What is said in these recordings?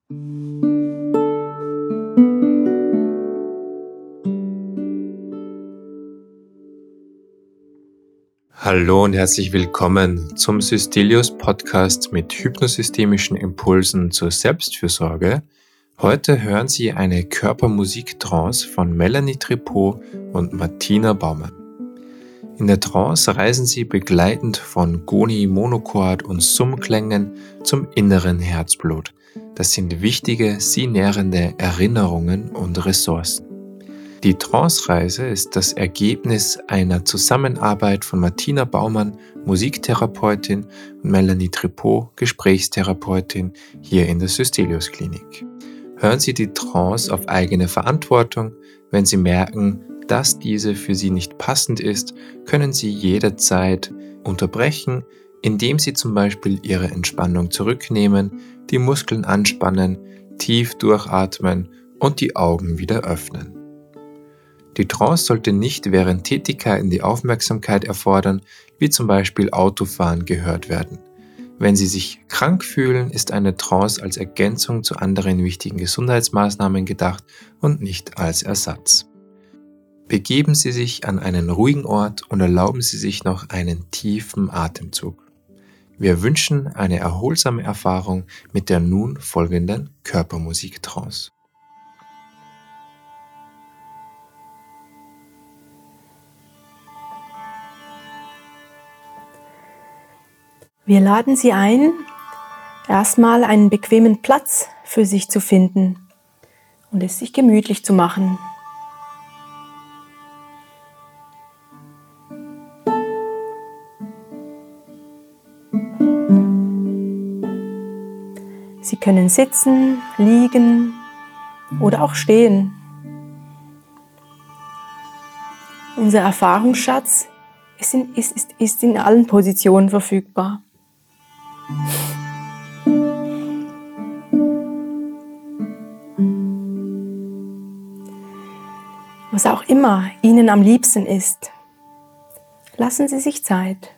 Hallo und herzlich willkommen zum Systelius Podcast mit hypnosystemischen Impulsen zur Selbstfürsorge. Heute hören Sie eine Körpermusik-Trance von Melanie Trepot und Martina Baumann. In der Trance reisen Sie begleitend von Goni Monochord und Summklängen zum inneren Herzblut. Das sind wichtige, Sie nährende Erinnerungen und Ressourcen. Die Trance-Reise ist das Ergebnis einer Zusammenarbeit von Martina Baumann, Musiktherapeutin, und Melanie Trepot, Gesprächstherapeutin, hier in der Systelius Klinik. Hören Sie die Trance auf eigene Verantwortung. Wenn Sie merken, dass diese für Sie nicht passend ist, können Sie jederzeit unterbrechen, indem Sie zum Beispiel Ihre Entspannung zurücknehmen, die Muskeln anspannen, tief durchatmen und die Augen wieder öffnen. Die Trance sollte nicht während Tätigkeiten die Aufmerksamkeit erfordern, wie zum Beispiel Autofahren, gehört werden. Wenn Sie sich krank fühlen, ist eine Trance als Ergänzung zu anderen wichtigen Gesundheitsmaßnahmen gedacht und nicht als Ersatz. Begeben Sie sich an einen ruhigen Ort und erlauben Sie sich noch einen tiefen Atemzug. Wir wünschen eine erholsame Erfahrung mit der nun folgenden Körpermusik-Trance. Wir laden Sie ein, erstmal einen bequemen Platz für sich zu finden und es sich gemütlich zu machen. Sie können sitzen, liegen oder auch stehen. Unser Erfahrungsschatz ist in allen Positionen verfügbar. Was auch immer Ihnen am liebsten ist, lassen Sie sich Zeit.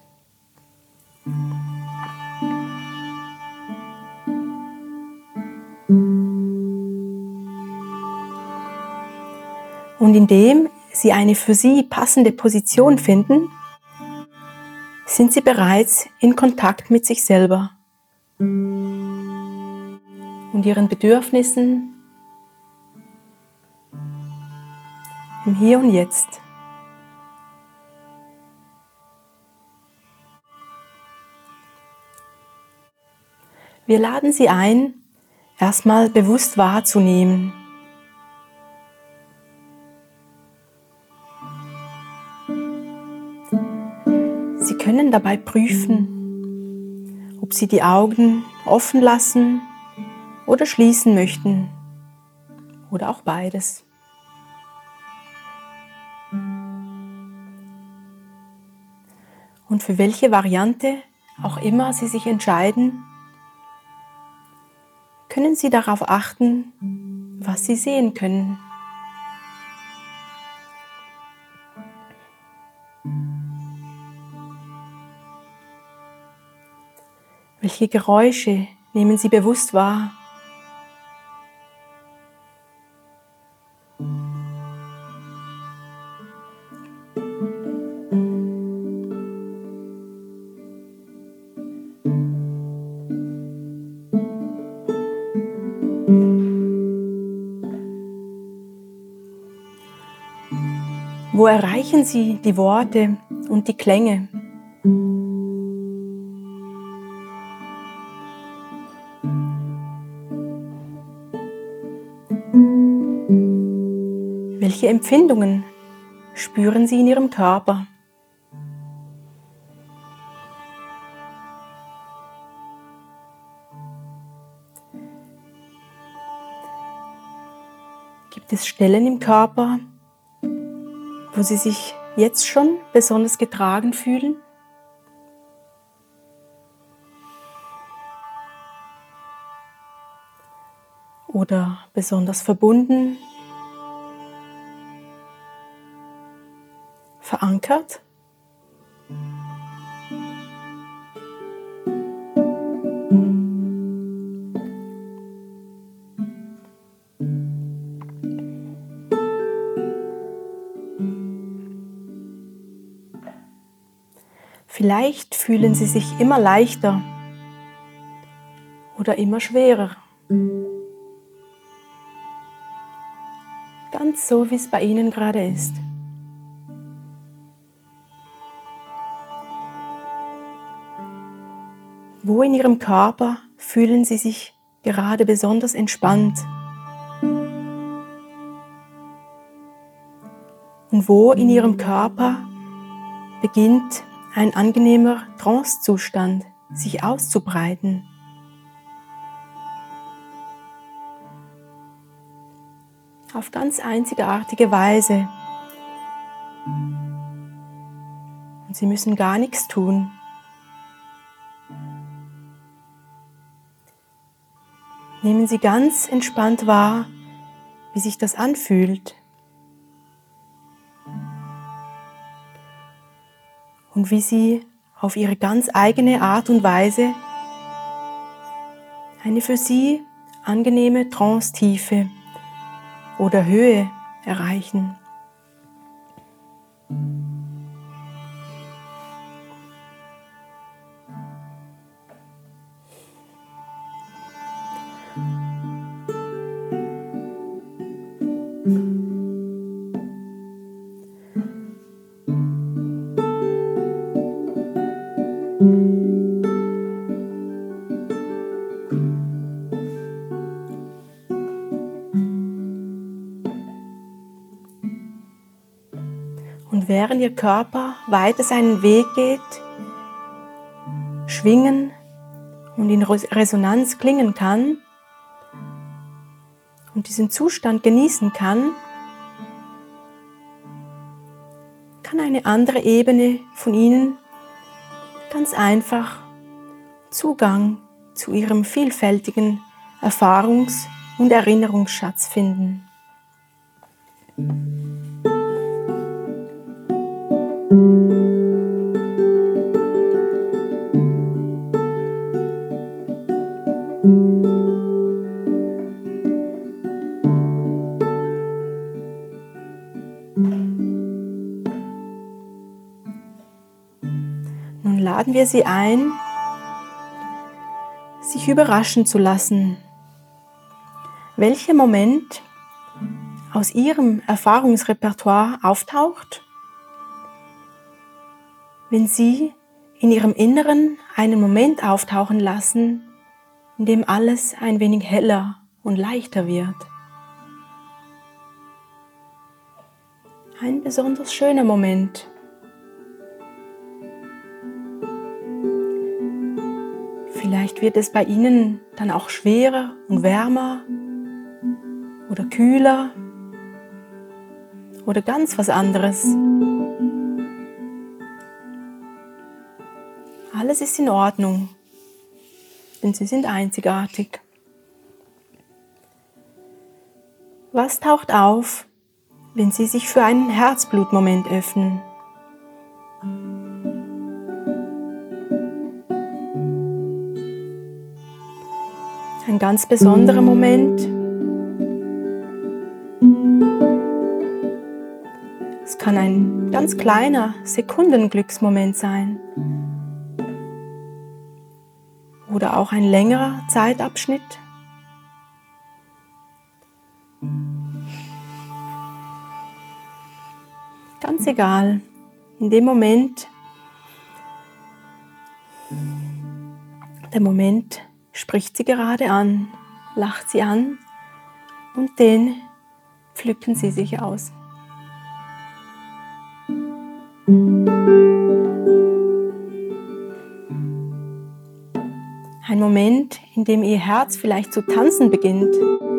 Und indem Sie eine für Sie passende Position finden, sind Sie bereits in Kontakt mit sich selber und Ihren Bedürfnissen im Hier und Jetzt. Wir laden Sie ein, erstmal bewusst wahrzunehmen. Sie können dabei prüfen, ob Sie die Augen offen lassen oder schließen möchten oder auch beides. Und für welche Variante auch immer Sie sich entscheiden, können Sie darauf achten, was Sie sehen können. Welche Geräusche nehmen Sie bewusst wahr? Wo erreichen Sie die Worte und die Klänge? Welche Empfindungen spüren Sie in Ihrem Körper? Gibt es Stellen im Körper, wo Sie sich jetzt schon besonders getragen fühlen? Oder besonders verbunden? Verankert? Vielleicht fühlen Sie sich immer leichter oder immer schwerer. Ganz so, wie es bei Ihnen gerade ist. Wo in Ihrem Körper fühlen Sie sich gerade besonders entspannt? Und wo in Ihrem Körper beginnt ein angenehmer Trancezustand sich auszubreiten? Auf ganz einzigartige Weise. Und Sie müssen gar nichts tun. Nehmen Sie ganz entspannt wahr, wie sich das anfühlt. Und wie Sie auf Ihre ganz eigene Art und Weise eine für Sie angenehme Trance-Tiefe oder Höhe erreichen. Und während Ihr Körper weiter seinen Weg geht, schwingen und in Resonanz klingen kann und diesen Zustand genießen kann, kann eine andere Ebene von Ihnen ganz einfach Zugang zu Ihrem vielfältigen Erfahrungs- und Erinnerungsschatz finden. Nun laden wir Sie ein, sich überraschen zu lassen, welcher Moment aus Ihrem Erfahrungsrepertoire auftaucht, wenn Sie in Ihrem Inneren einen Moment auftauchen lassen, in dem alles ein wenig heller und leichter wird. Ein besonders schöner Moment. Vielleicht wird es bei Ihnen dann auch schwerer und wärmer oder kühler oder ganz was anderes. Alles ist in Ordnung, denn Sie sind einzigartig. Was taucht auf, wenn Sie sich für einen Herzblutmoment öffnen? Ein ganz besonderer Moment. Es kann ein ganz kleiner Sekundenglücksmoment sein. Oder auch ein längerer Zeitabschnitt. Ganz egal, in dem Moment, der Moment spricht Sie gerade an, lacht Sie an und den pflücken Sie sich aus. Ein Moment, in dem Ihr Herz vielleicht zu tanzen beginnt.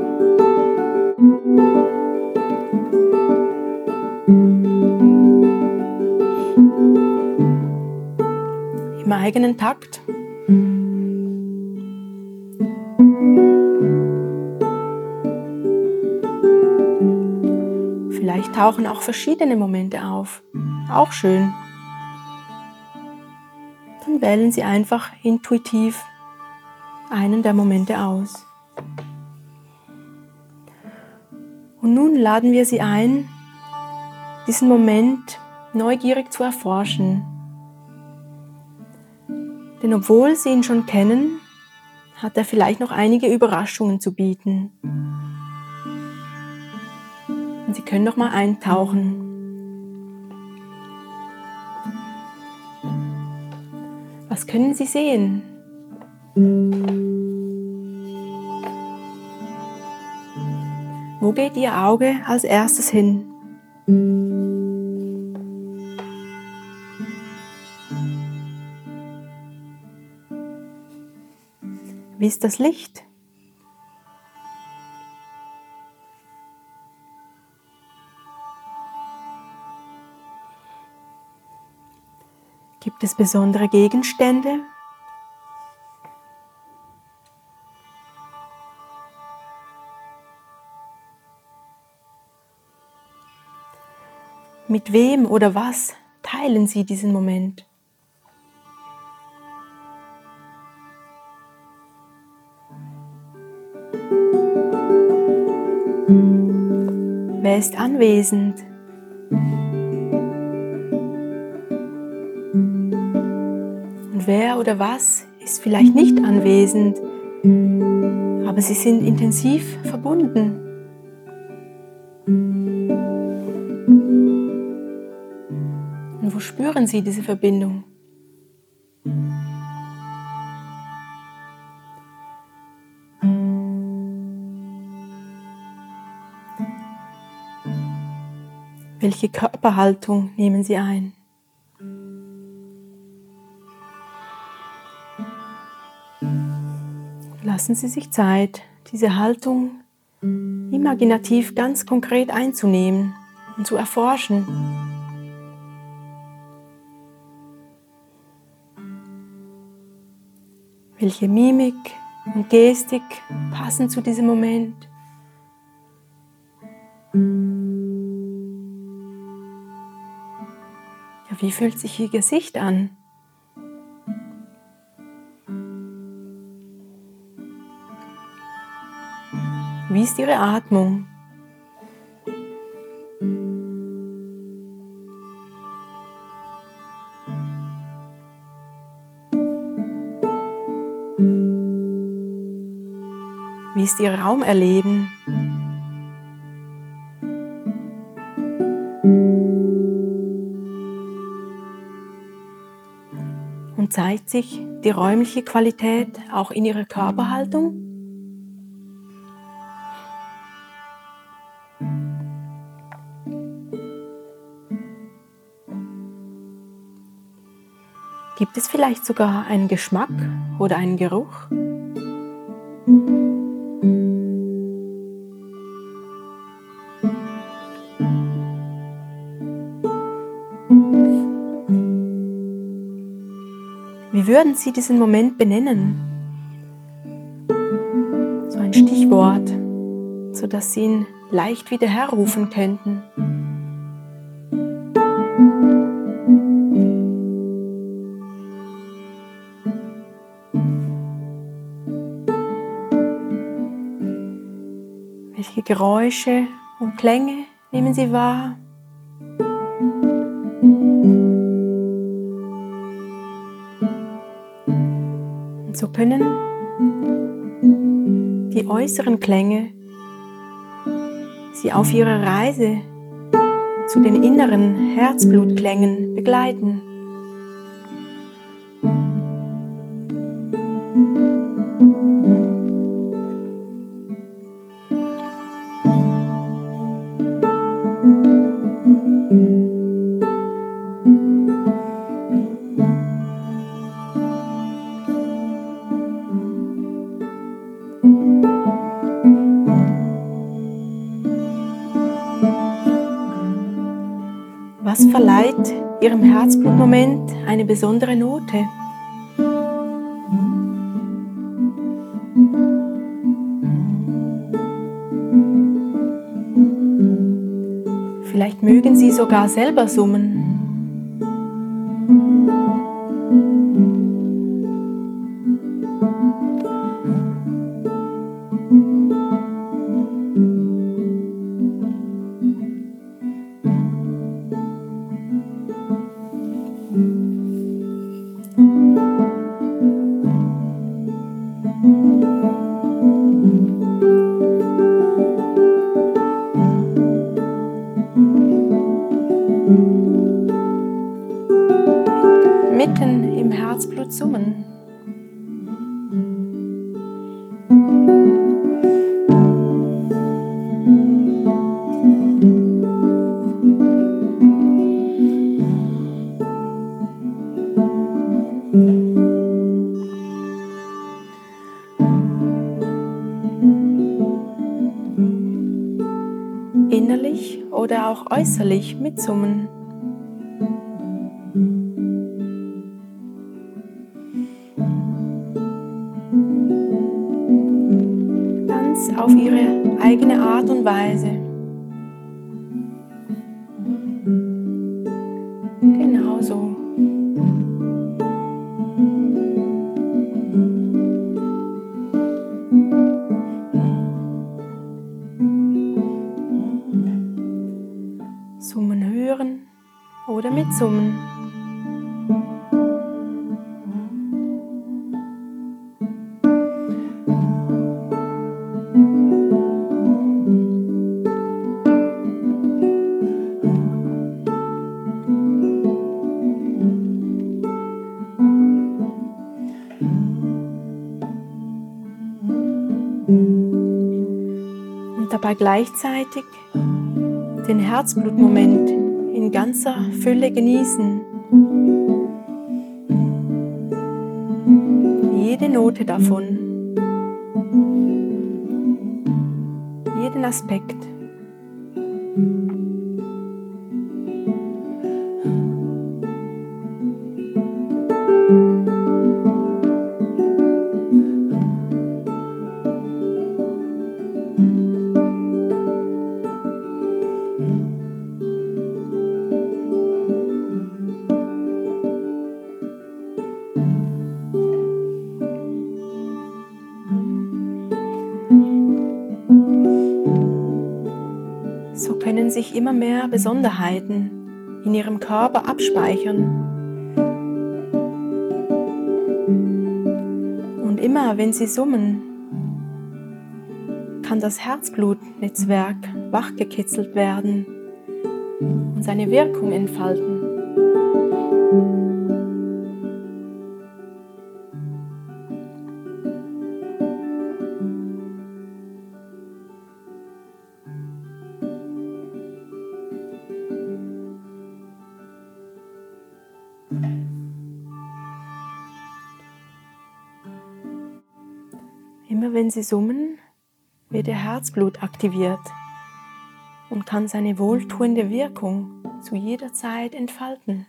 Im eigenen Takt. Vielleicht tauchen auch verschiedene Momente auf. Auch schön. Dann wählen Sie einfach intuitiv einen der Momente aus. Und nun laden wir Sie ein, diesen Moment neugierig zu erforschen. Denn obwohl Sie ihn schon kennen, hat er vielleicht noch einige Überraschungen zu bieten. Und Sie können noch mal eintauchen. Was können Sie sehen? Wo geht Ihr Auge als erstes hin? Wie ist das Licht? Gibt es besondere Gegenstände? Mit wem oder was teilen Sie diesen Moment? Wer ist anwesend? Und wer oder was ist vielleicht nicht anwesend, aber sie sind intensiv verbunden? Und wo spüren Sie diese Verbindung? Welche Körperhaltung nehmen Sie ein? Lassen Sie sich Zeit, diese Haltung imaginativ ganz konkret einzunehmen und zu erforschen. Welche Mimik und Gestik passen zu diesem Moment? Ja, wie fühlt sich Ihr Gesicht an? Wie ist Ihre Atmung? Wie ist Ihr Raumerleben? Und zeigt sich die räumliche Qualität auch in Ihrer Körperhaltung? Gibt es vielleicht sogar einen Geschmack oder einen Geruch? Wie würden Sie diesen Moment benennen? So ein Stichwort, sodass Sie ihn leicht wieder herrufen könnten. Welche Geräusche und Klänge nehmen Sie wahr? Und so können die äußeren Klänge Sie auf Ihrer Reise zu den inneren Herzblutklängen begleiten. Was verleiht Ihrem Herzblutmoment eine besondere Note? Vielleicht mögen Sie sogar selber summen. oder auch äußerlich mitsummen. Ganz auf ihre eigene Art und Weise. Genau so. Summen hören oder mitsummen. Und dabei gleichzeitig den Herzblutmoment in ganzer Fülle genießen. Jede Note davon, jeden Aspekt. So können sich immer mehr Besonderheiten in ihrem Körper abspeichern. Und immer wenn sie summen, kann das Herzblutnetzwerk wachgekitzelt werden und seine Wirkung entfalten. Immer wenn sie summen, wird ihr Herzblut aktiviert und kann seine wohltuende Wirkung zu jeder Zeit entfalten.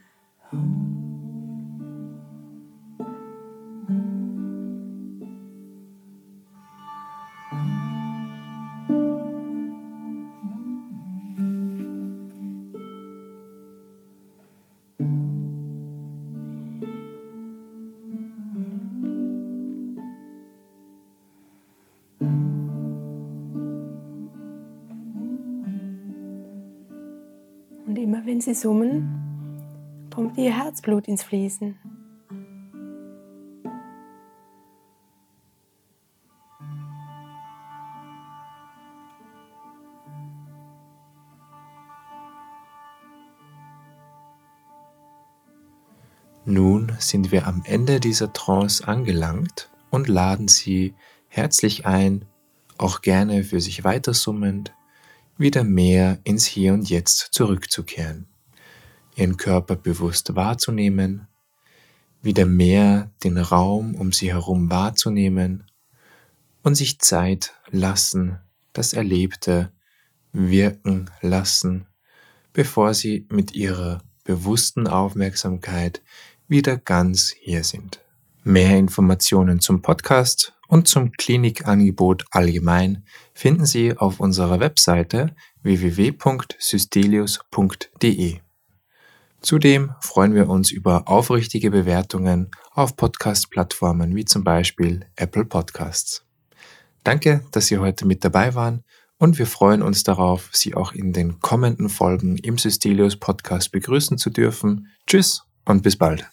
Und immer wenn sie summen, kommt ihr Herzblut ins Fließen. Nun sind wir am Ende dieser Trance angelangt und laden Sie herzlich ein, auch gerne für sich weitersummend, wieder mehr ins Hier und Jetzt zurückzukehren, Ihren Körper bewusst wahrzunehmen, wieder mehr den Raum um Sie herum wahrzunehmen und sich Zeit lassen, das Erlebte wirken lassen, bevor Sie mit Ihrer bewussten Aufmerksamkeit wieder ganz hier sind. Mehr Informationen zum Podcast und zum Klinikangebot allgemein finden Sie auf unserer Webseite www.systelius.de. Zudem freuen wir uns über aufrichtige Bewertungen auf Podcast-Plattformen wie zum Beispiel Apple Podcasts. Danke, dass Sie heute mit dabei waren und wir freuen uns darauf, Sie auch in den kommenden Folgen im Systelius Podcast begrüßen zu dürfen. Tschüss und bis bald.